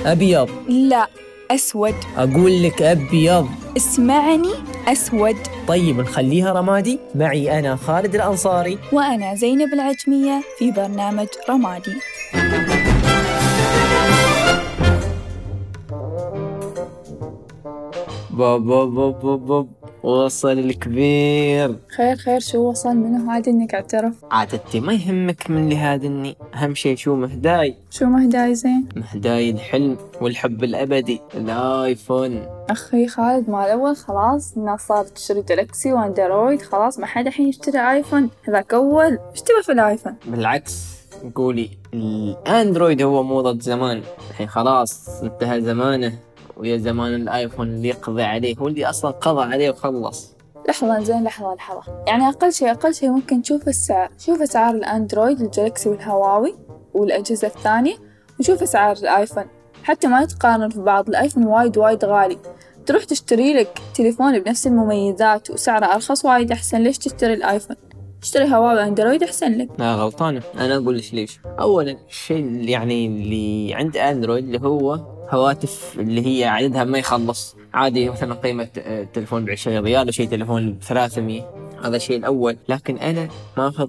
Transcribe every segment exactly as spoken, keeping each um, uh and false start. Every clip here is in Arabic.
أبيض. لا، أسود. أقول لك أبيض. اسمعني، أسود. طيب نخليها رمادي. معي أنا خالد الأنصاري وأنا زينب العجمية في برنامج رمادي. بوب بوب بوب بوب وصل الكبير. خير خير، شو وصل؟ منو هذا انك اعترف؟ عادتي ما يهمك من اللي هادني، أهم شيء شو مهداي. شو مهداي زين؟ مهداي الحلم والحب الأبدي، الآيفون. أخي خالد، ما الأول خلاص الناس صارت تشتري جالكسي واندرويد، خلاص ما حدا حين يشتري آيفون. هذاك أول ايش تبى في الآيفون؟ بالعكس، قولي الأندرويد هو موضة زمان، الحين خلاص انتهى زمانه، ويا زمان الآيفون اللي يقضي عليه، هو اللي أصلا قضى عليه وخلص. لحظة زين، لحظة لحظة، يعني أقل شيء أقل شيء ممكن تشوف السعر، شوف أسعار الأندرويد، الجالكسي والهواوي والأجهزة الثانية، وشوف أسعار الآيفون، حتى ما يتقارن في بعض. الآيفون وايد وايد غالي، تروح تشتري لك تليفون بنفس المميزات وسعره أرخص وايد أحسن. ليش تشتري الآيفون؟ اشتري هواوي واندرويد أحسن لك. لا غلطانة، أنا أقول لك ليش. أولا الشيء اللي يعني اللي عند أندرويد اللي هو هواتف اللي هي عددها ما يخلص، عادي مثلا قيمة التليفون بعشرين ريال وشيء تليفون بثلاثمية، هذا الشيء الأول. لكن أنا ماخذ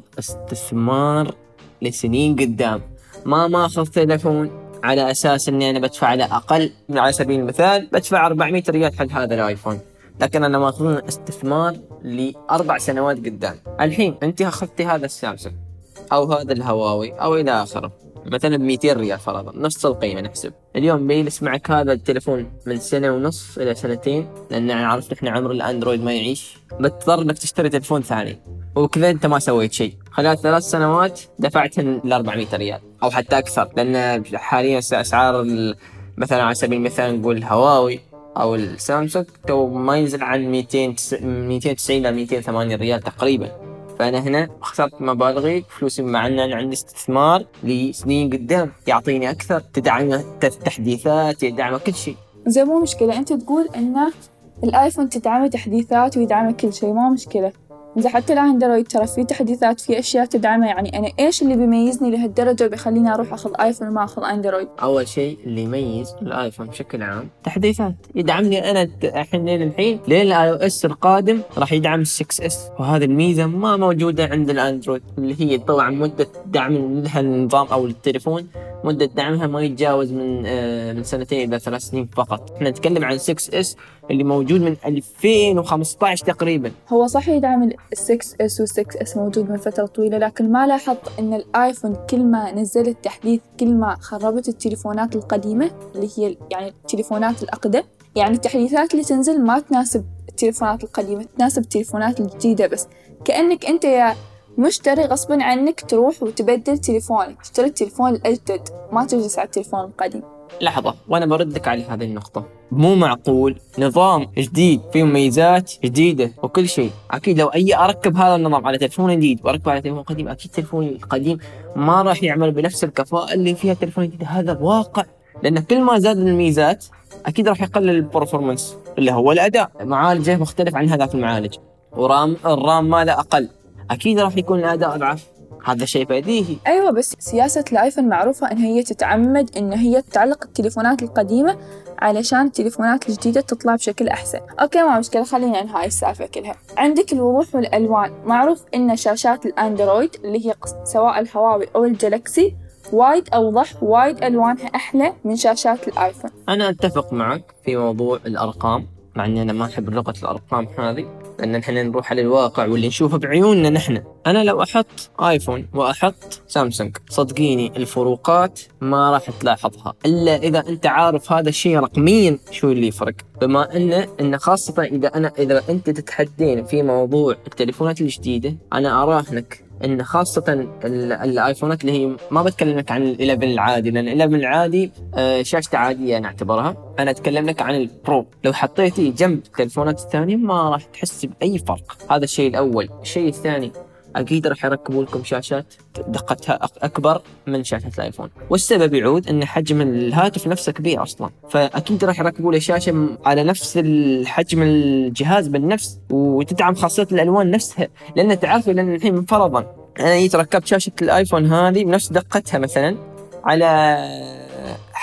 استثمار لسنين قدام، ما ماخذ تليفون على أساس أني أنا بدفع على أقل. على سبيل المثال بدفع أربعمية ريال حق هذا الآيفون، لكن أنا ماخذ استثمار لأربع سنوات قدام. الحين أنت أخذتي هذا السامسونج أو هذا الهواوي أو إلى آخره مثلا بمئتين ريال فرضا، نص القيمة نحسب. اليوم بيجلس معك هذا التليفون من سنة ونص إلى سنتين، لأن عرفت إحنا عمر الأندرويد ما يعيش، بتضطر إنك تشتري تليفون ثاني، وكذا أنت ما سويت شيء. خلال ثلاث سنوات دفعتهن لأربعمية ريال أو حتى أكثر، لأن حاليا أسعار مثلا على سبيل المثال نقول الهواوي أو السامسونج تو ما ينزل عن مئتين وتسعين إلى مئتين وثمانين ريال تقريبا. فأنا هنا خسرت مبالغي فلوسي، مع أن أنا عندي استثمار لسنين قدام يعطيني أكثر، تدعم التحديثات، يدعم كل شيء. زي مو مشكلة، أنت تقول إنه الآيفون تدعم تحديثات ويدعم كل شيء، ما مشكلة. إذا حتى الأندرويد ترى فيه تحديثات، فيه أشياء تدعمها، يعني أنا إيش اللي بيميزني لهالدرجة وبيخليني أروح أخذ آيفون وما أخذ أندرويد؟ أول شيء اللي يميز الآيفون بشكل عام تحديثات، يدعمني أنا الحين لين الحين لين الآي أو إس القادم راح يدعم ستة إس، وهذه الميزة ما موجودة عند الأندرويد، اللي هي طبعا مدة دعم لها النظام أو التليفون، مدة دعمها ما يتجاوز من آه من سنتين إلى ثلاث سنين فقط. احنا نتكلم عن ستة إس اللي موجود من ألفين وخمسة عشر تقريبا. هو صح يدعم ستة إس، و6 إس موجود من فترة طويلة، لكن ما لاحظت ان الآيفون كل ما نزل التحديث كل ما خربت التليفونات القديمة اللي هي يعني التليفونات الأقدم. يعني التحديثات اللي تنزل ما تناسب التليفونات القديمة، تناسب التليفونات الجديدة بس. كأنك انت يا مشتري غصبا عنك تروح وتبدل تليفونك، تشتري التليفون الأجدد، ما تجلس على التليفون القديم. لحظة، وأنا بردك على هذه النقطة. مو معقول نظام جديد فيه مميزات جديدة وكل شيء، أكيد لو أي أركب هذا النظام على تليفون جديد وأركبه على تليفون قديم، أكيد تليفون القديم ما راح يعمل بنفس الكفاءة اللي فيها تليفون جديد. هذا واقع، لأن كل ما زاد الميزات أكيد راح يقلل البرفورمانس اللي هو الأداء. معالجه مختلف عن هذاك المعالج، ورام الرام ماله أقل، أكيد راح يكون الأداء أضعف، هذا شيء بديهي. أيوة، بس سياسة الآيفون معروفة إن هي تتعمد إن هي تعلق التليفونات القديمة علشان التليفونات الجديدة تطلع بشكل أحسن. أوكي ما مشكلة، خلينا عن هاي السالفة كلها. عندك الوضوح والألوان، معروف إن شاشات الأندرويد اللي هي سواء الهواوي أو الجالكسي وايد أوضح، وايد ألوانها أحلى من شاشات الآيفون. أنا أتفق معك في موضوع الأرقام، مع أني أنا ما أحب لغة الأرقام هذه، لأن نحن نروح على الواقع واللي نشوفه بعيوننا نحن. أنا لو أحط آيفون وأحط سامسونج، صدقيني الفروقات ما راح تلاحظها إلا إذا أنت عارف هذا الشيء رقميا شو اللي يفرق. بما أن إن خاصة إذا أنا إذا أنت تتحدين في موضوع التليفونات الجديدة، أنا أراهنك إن خاصة الآيفونات اللي هي ما بتكلمك عن الإلفن العادي، لأن الإلفن العادي شاشته عادية أنا أعتبرها، أنا أتكلم لك عن البرو. لو حطيتي جنب التليفونات الثانية ما راح تحس بأي فرق، هذا الشيء الأول. الشيء الثاني، أكيد راح يركبوا لكم شاشات دقتها أكبر من شاشة الآيفون، والسبب يعود أن حجم الهاتف نفسه كبير أصلا، فأكيد راح يركبوا له شاشة على نفس الحجم الجهاز بالنفس، وتدعم خاصية الألوان نفسها. لأن تعرفوا، لأن الحين فرضا أنا يتركب شاشة الآيفون هذه بنفس دقتها مثلا على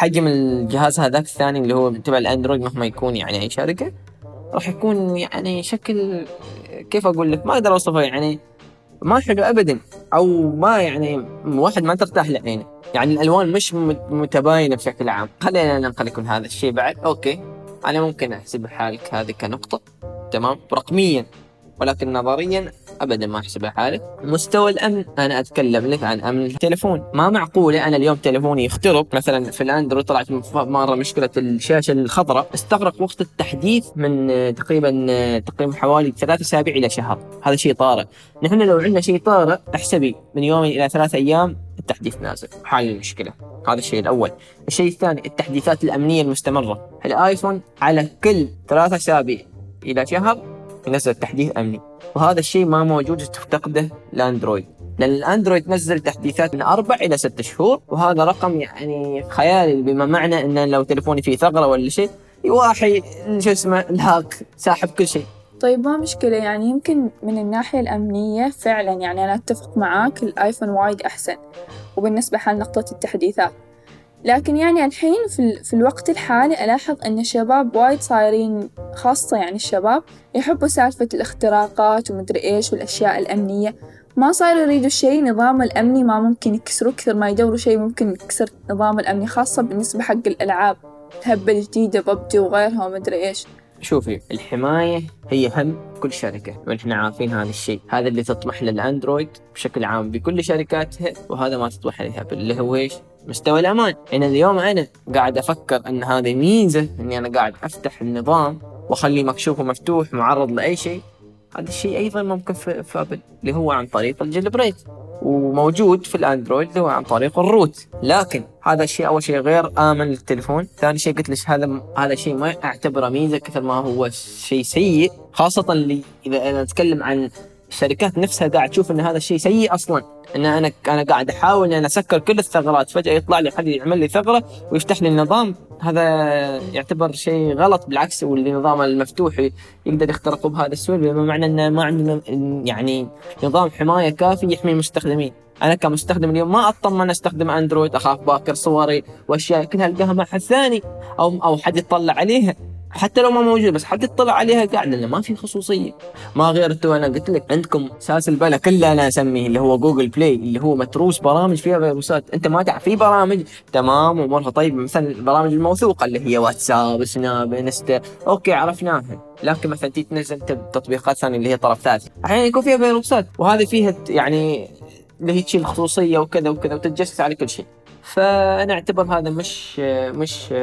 حجم الجهاز هذاك الثاني اللي هو تبع الاندرويد مهما يكون يعني اي شركة راح يكون يعني شكل، كيف اقول لك، ما اقدر اوصفه، يعني ما حلو ابدا، او ما يعني واحد ما ترتاح لعينه، يعني الالوان مش متباينه بشكل عام. خلينا ننقل لكم هذا الشيء بعد. اوكي انا ممكن احسب حالك هذه كنقطه تمام رقميا، ولكن نظريا ابدا ما احسبها حالك. مستوى الامن، انا اتكلم لك عن امن التليفون. ما معقوله انا اليوم تليفوني يخترق، مثلا في الاندرويد طلعت مره مشكله الشاشه الخضراء، استغرق وقت التحديث من تقريبا تقريبا حوالي ثلاث اسابيع الى شهر. هذا شيء طارئ. نحن لو عندنا شيء طارئ احسبي من يومين الى ثلاث ايام التحديث نازل حال المشكله. هذا الشيء الاول. الشيء الثاني التحديثات الامنيه المستمره. الايفون على كل ثلاث اسابيع الى شهر ينزل تحديث امني، وهذا الشيء ما موجود تفتقده الاندرويد، لان الاندرويد نزل تحديثات من اربع الى ست شهور، وهذا رقم يعني خيالي، بما معنى ان لو تليفوني فيه ثغره ولا شيء يواحي شو اسمه الهاك ساحب كل شيء. طيب ما مشكلة، يعني يمكن من الناحية الأمنية فعلا يعني أنا أتفق معاك الآيفون وايد أحسن، وبالنسبة حال نقطة التحديثات. لكن يعني الحين في, ال... في الوقت الحالي ألاحظ أن الشباب وايد صايرين، خاصة يعني الشباب يحبوا سالفة الاختراقات ومدري إيش والأشياء الأمنية، ما صاروا يريدوا شيء نظام الأمني ما ممكن يكسروا، كثر ما يدوروا شيء ممكن يكسر نظام الأمني، خاصة بالنسبة حق الألعاب الهبة الجديدة ببجي وغيرها ومدري إيش. شوفي الحماية هي هم كل شركة، ونحن عارفين هذا الشيء، هذا اللي تطمح للأندرويد بشكل عام بكل شركاتها، وهذا ما تطمح عليها اللي هو إيش؟ مستوى الأمان. أنا اليوم أنا قاعد أفكر أن هذه ميزة، أني أنا قاعد أفتح النظام وأخليه مكشوف ومفتوح معرض لأي شيء. هذا الشيء أيضا ممكن في أبل اللي هو عن طريق الجيل بريك، وموجود في الاندرويد اللي هو عن طريق الروت. لكن هذا الشيء اول شيء غير امن للتليفون، ثاني شيء قلت لك هذا هذا شيء ما اعتبره ميزه كثر ما هو شيء سيء، خاصه اللي اذا انا اتكلم عن الشركات نفسها قاعد تشوف ان هذا الشيء سيء اصلا، ان انا انا قاعد احاول ان انا اسكر كل الثغرات، فجاه يطلع لي حد يعمل لي ثغره ويفتح لي النظام. هذا يعتبر شيء غلط، بالعكس والنظام المفتوح يقدر يخترقه بهذا السهوله، بما معنى ان ما عندنا يعني نظام حمايه كافي يحمي المستخدمين. انا كمستخدم اليوم ما اطمن استخدم اندرويد، اخاف باكر صوري واشياء كلها القاها مع حد ثاني او او حد يطلع عليها، حتى لو ما موجود بس حد يطلع عليها قاعد، لأنه ما في خصوصية. ما غيرته أنا قلت لك عندكم ساس البلا كله أنا أسميه اللي هو جوجل بلاي، اللي هو متروس برامج فيها فيروسات. أنت ما تعرف في برامج تمام وأمورها طيب، مثلا البرامج الموثوقة اللي هي واتساب سناب انستا أوكي عرفناها، لكن مثلا تيجي تنزل تطبيقات ثانية اللي هي طرف ثالث أحيانا يكون فيها فيروسات، وهذه فيها يعني اللي هي تشيل الخصوصية وكذا وكذا وتتجسس على كل شيء. فأنا أعتبر هذا مش مش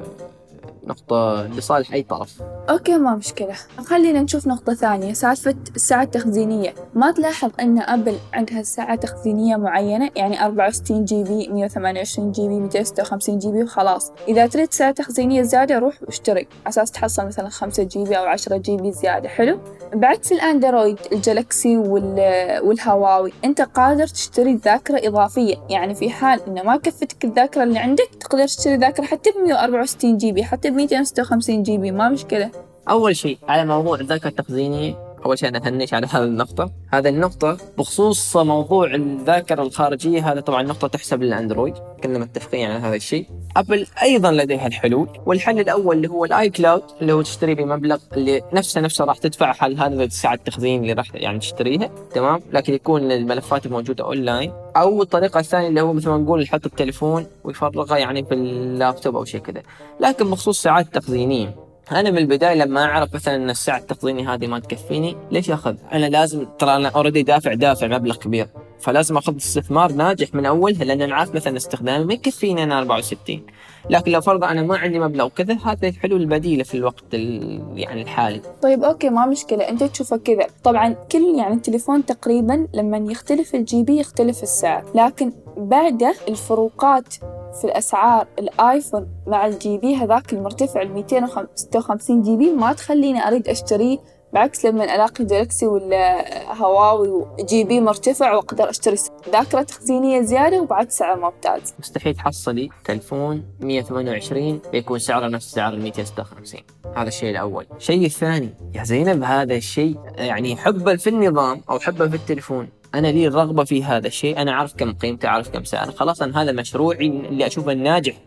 نقطة لصالح أي طرف. أوكي ما مشكلة. خلينا نشوف نقطة ثانية، سالفة الساعة التخزينية. ما تلاحظ أن أبل عندها ساعة تخزينية معينة، يعني أربعة وستين جي بي، مية وثمانية وعشرين جي بي، مئتين وستة وخمسين جي بي وخلاص. إذا تريد ساعة تخزينية زيادة روح واشترك على أساس تحصل مثلا خمسة جي بي أو عشرة جي بي زيادة. حلو. بعكس الأندرويد الجالكسي والهواوي أنت قادر تشتري ذاكرة إضافية، يعني في حال إنه ما كفتك الذاكرة اللي عندك تقدر تشتري ذاكرة حتى ب مية وأربعة وستين جي بي، حتى ب مئتين وستة وخمسين جي بي ما مشكلة. أول شيء على موضوع الذاكرة التخزينية، أول شيء أنا أهنيش على هذه النقطة. هذا النقطة بخصوص موضوع الذاكرة الخارجية، هذا طبعا نقطة تحسب للأندرويد، كلنا متفقين على هذا الشيء. أبل أيضا لديها الحلول، والحل الأول اللي هو الآي كلاود اللي هو تشتري بمبلغ اللي نفسه نفسه راح تدفع حل هذا الساعة التخزين اللي راح يعني تشتريها تمام، لكن يكون الملفات موجودة أونلاين. أو الطريقة الثانية اللي هو مثل ما نقول يحط التليفون ويفرغها يعني في اللابتوب أو شيء كذا. لكن بخصوص ساعات تخزينية، أنا من البداية لما أعرف مثلا أن الساعة التخزينية هذه ما تكفيني ليش أخذ؟ أنا لازم ترى أنا أوريدي دافع دافع مبلغ كبير، فلازم أخذ استثمار ناجح من أولها، لأن أنا عارف مثلا استخدامي ما يكفيني أنا أربعة وستين. لكن لو فرض أنا ما عندي مبلغ وكذا، هذه الحلول البديلة في الوقت يعني الحالي. طيب أوكي ما مشكلة، أنت تشوفه كذا. طبعا كل يعني التليفون تقريبا لما يختلف الجي بي يختلف السعر، لكن بعده الفروقات في الأسعار الآيفون مع الجي بي هذاك المرتفع المئتين وستة وخمسين جي بي ما تخليني أريد أشتريه، بعكس لما ألاقي جالكسي ولا هواوي جي بي مرتفع وأقدر أشتري ذاكرة تخزينية زيادة وبعد سعر ممتاز. مستحيل تحصلي تلفون مئة وثمانية وعشرين يكون سعره نفس سعر مئتين وستة وخمسين. هذا الشيء الأول. الشيء الثاني يا زينب، هذا الشيء يعني حبا في النظام أو حبا في التليفون، أنا لي الرغبة في هذا الشيء، أنا عارف كم قيمته، عارف كم سعره، خلاص أنا هذا مشروعي اللي أشوفه الناجح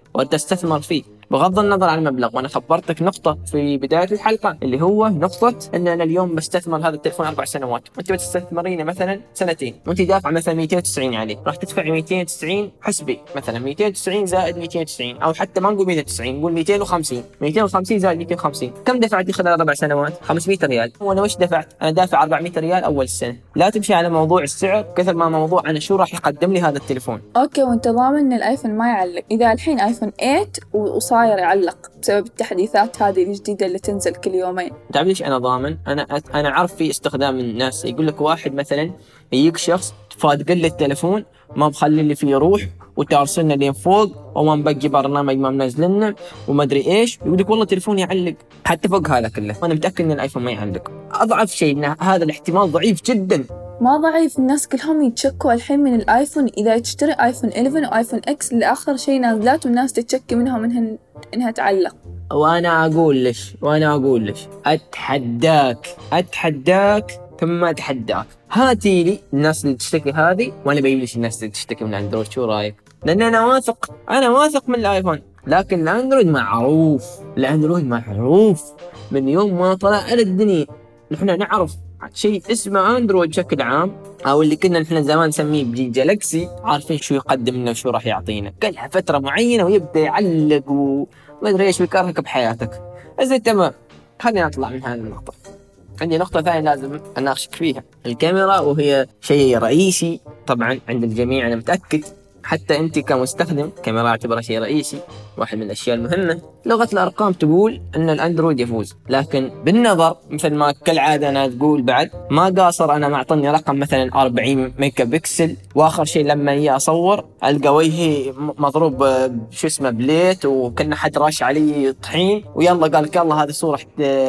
وتستثمر فيه بغض النظر عن المبلغ. وأنا خبرتك نقطة في بداية الحلقة اللي هو نقطة أن أنا اليوم بستثمر هذا التلفون أربع سنوات، وأنت بتستثمرينه مثلا سنتين، وأنت دافع مثلا مئتين وتسعين عليه، راح تدفع مئتين وتسعين حسبي مثلا مئتين وتسعين زائد مئتين وتسعين، أو حتى ما نقول مئتين وتسعين، نقول مئتين وخمسين، مئتين وخمسين زائد مئتين وخمسين، كم دفعتي خلال أربع سنوات؟ خمسمئة ريال. وأنا وش دفعت؟ أنا دافع أربعمئة ريال أول السنة. لا تمشي على موضوع السعر كثر ما موضوع أنا شو راح يقدم لي هذا التلفون. أوكي، وأنت ضامن إن الآيفون ما يعلق؟ إذا الحين آيفون ثمانية وصاير يعلق بسبب التحديثات هذه الجديدة اللي تنزل كل يومين. تعرف ليش أنا ضامن؟ أنا أنا أعرف في استخدام الناس، يقول لك واحد مثلا يجيك شخص فاتقل لي التلفون ما بخلي اللي فيه روح وتارسلنا لين فوق وما مبقي برنامج ما منزلنا وما أدري إيش، يقول لك والله تلفوني يعلق حتى فوق هذا كله. وأنا متأكد إن الآيفون ما يعلق. أضعف شيء إن هذا الاحتمال ضعيف جدا. ما ضعيف، الناس كلهم يتشكوا الحين من الآيفون. إذا تشتري آيفون إحدى عشر وآيفون إكس لآخر شيء نازلات والناس تتشكي منهم إنها إنها تعلق. وأنا أقول لش وأنا أقول لش أتحداك أتحداك ثم أتحداك هاتي لي الناس اللي تشتكي هذه وأنا بجيب ليش الناس اللي تشتكي من أندرويد. شو رأيك؟ لأن أنا واثق أنا واثق من الآيفون، لكن الأندرويد معروف الأندرويد معروف من يوم ما طلع على الدنيا. نحن نعرف شيء اسمه أندرويد بشكل عام، أو اللي كنا نحن زمان نسميه بجي جالكسي، عارفين شو يقدم لنا وشو راح يعطينا. قالها فترة معينة ويبدأ يعلق وما أدري إيش ويكرهك بحياتك. إذا تمام خلينا نطلع من هذه النقطة. عندي نقطة ثانية لازم أناقشك فيها، الكاميرا، وهي شيء رئيسي طبعا عند الجميع. أنا متأكد حتى أنت كمستخدم كاميرا اعتبرها شيء رئيسي، واحد من الأشياء المهمة. لغة الأرقام تقول أن الأندرويد يفوز، لكن بالنظر مثل ما كالعادة أنا تقول بعد ما قاصر. أنا معطني رقم مثلا أربعين ميجا بكسل، وآخر شيء لما يجي أصور ألقى وجهي مضروب شو اسمه بليت وكنا حد راش علي طحين، ويلا قال لك الله هذه صورة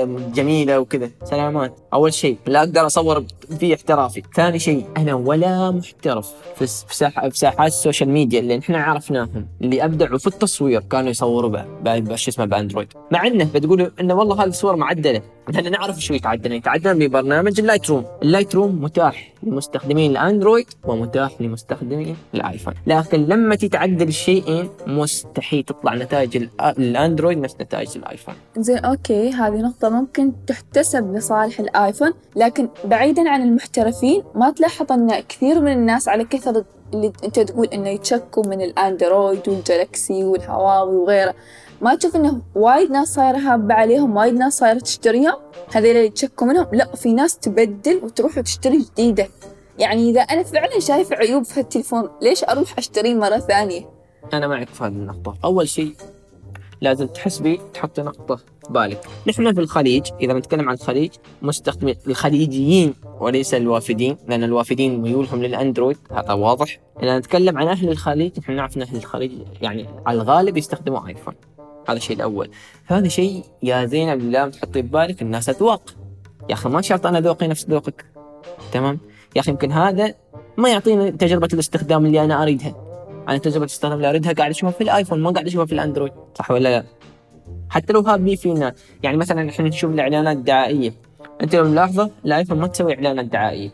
جميلة وكذا. سلامات. أول شيء لا أقدر أصور في احترافي. ثاني شيء أنا ولا محترف في ساحة في ساحات السوشيال ميديا اللي نحن عرفناهم اللي أبدعوا في التصوير كانوا يصوروا بش اسمه باندرويد، مع انه بتقولوا انه والله هذه الصور معدله. نحن نعرف شو يتعدل يتعدل ببرنامج اللايت روم. اللايت روم متاح لمستخدمين الاندرويد ومتاح لمستخدمين الايفون، لكن لما تتعدل الشيئين مستحيل تطلع نتائج الاندرويد نفس نتائج الايفون. زين اوكي، هذه نقطه ممكن تحتسب لصالح الايفون، لكن بعيدا عن المحترفين ما تلاحظ ان كثير من الناس على كثر اللي انت تقول انه يتشكوا من الاندرويد والجالكسي والهواوي وغيره، ما تشوف انه وايد ناس صايره هابه عليهم، وايد ناس صايره تشتريهم؟ هذول اللي يتشكوا منهم لا، في ناس تبدل وتروح وتشتري جديده. يعني اذا انا فعلا شايف عيوب في التليفون ليش اروح اشتريه مره ثانيه؟ انا معك في هذه النقطه. اول شيء لازم تحسبي تحطي نقطه في بالك. نحن في الخليج، اذا نتكلم عن الخليج، مستخدمين الخليجيين وليس الوافدين، لان الوافدين ميولهم للاندرويد هذا واضح. اذا نتكلم عن اهل الخليج نحن نعرف ان اهل الخليج يعني على الغالب يستخدموا ايفون. هذا الشيء الاول. هذا شيء يا زينب لا تحطي ببالك، الناس اذواق يا اخي، ما شرط انا ذوقي نفس ذوقك. تمام يا اخي، يمكن هذا ما يعطيني تجربه الاستخدام اللي انا اريدها. انا تجربه الاستخدام اللي اريدها قاعد اشوفها في الايفون، ما قاعد اشوفها في الاندرويد، صح ولا لا؟ حتى لو هابي فينا، يعني مثلا احنا نشوف الاعلانات الدعائيه، انت لو ملاحظه الايفون ما تسوي اعلانات دعائيه،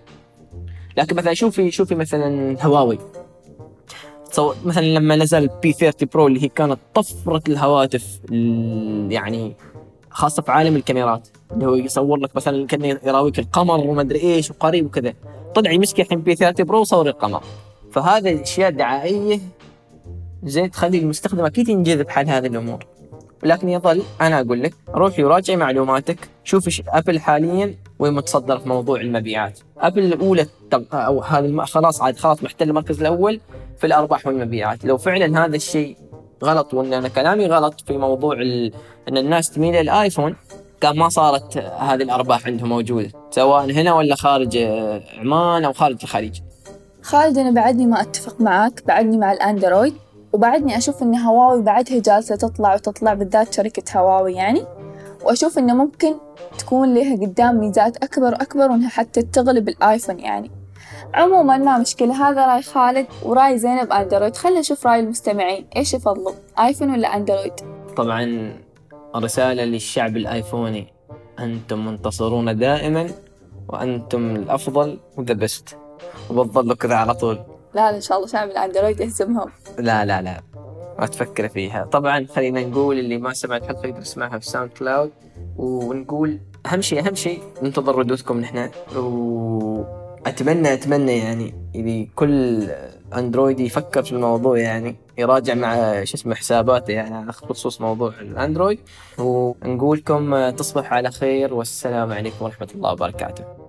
لكن مثلا شوفي شوفي مثلا هواوي مثلا لما نزل بي ثلاثين برو اللي هي كانت طفره الهواتف يعني خاصه في عالم الكاميرات، اللي هو يصور لك مثلا كأنه يراويك القمر وما ادري ايش وقريب وكذا، طلع يمسك الحين بي ثلاثين برو وصور القمر. فهذا الاشياء دعائيه زين تخلي المستخدم اكيد ينجذب حال هذه الامور. ولكن يظل انا اقول لك روحي وراجعي معلوماتك، شوفي ابل حاليا وين متصدر في موضوع المبيعات. ابل الاولى او هذا خلاص عاد خلاص محتل المركز الاول في الارباح والمبيعات. لو فعلا هذا الشيء غلط وان انا كلامي غلط في موضوع ان الناس تميل للايفون، كان ما صارت هذه الارباح عندهم موجوده سواء هنا ولا خارج عمان او خارج الخليج. خالد انا بعدني ما اتفق معاك، بعدني مع الاندرويد، وبعدني أشوف إن هواوي بعدها جالسة تطلع وتطلع، بالذات شركة هواوي يعني، وأشوف إنه ممكن تكون لها قدام ميزات أكبر وأكبر وإنها حتى تغلب الآيفون يعني. عموما ما مشكلة، هذا رأي خالد وراي زينب أندرويد. خلنا نشوف رأي المستمعين إيش يفضلوا، آيفون ولا أندرويد؟ طبعا رسالة للشعب الآيفوني، أنتم منتصرون دائما وأنتم الأفضل وذا بست، وبتظلوا كذا على طول. لا إن شاء الله شعب الأندرويد يهزمهم. لا لا لا ما تفكر فيها. طبعا خلينا نقول اللي ما سمع الحلقة يقدر يسمعها في ساوند كلاود. ونقول أهم شيء أهم شيء ننتظر ردودكم نحن، وأتمنى أتمنى يعني اللي كل أندرويد يفكر في الموضوع، يعني يراجع مع شو اسمه حساباته يعني خصوص موضوع الأندرويد. ونقولكم تصبحوا على خير، والسلام عليكم ورحمة الله وبركاته.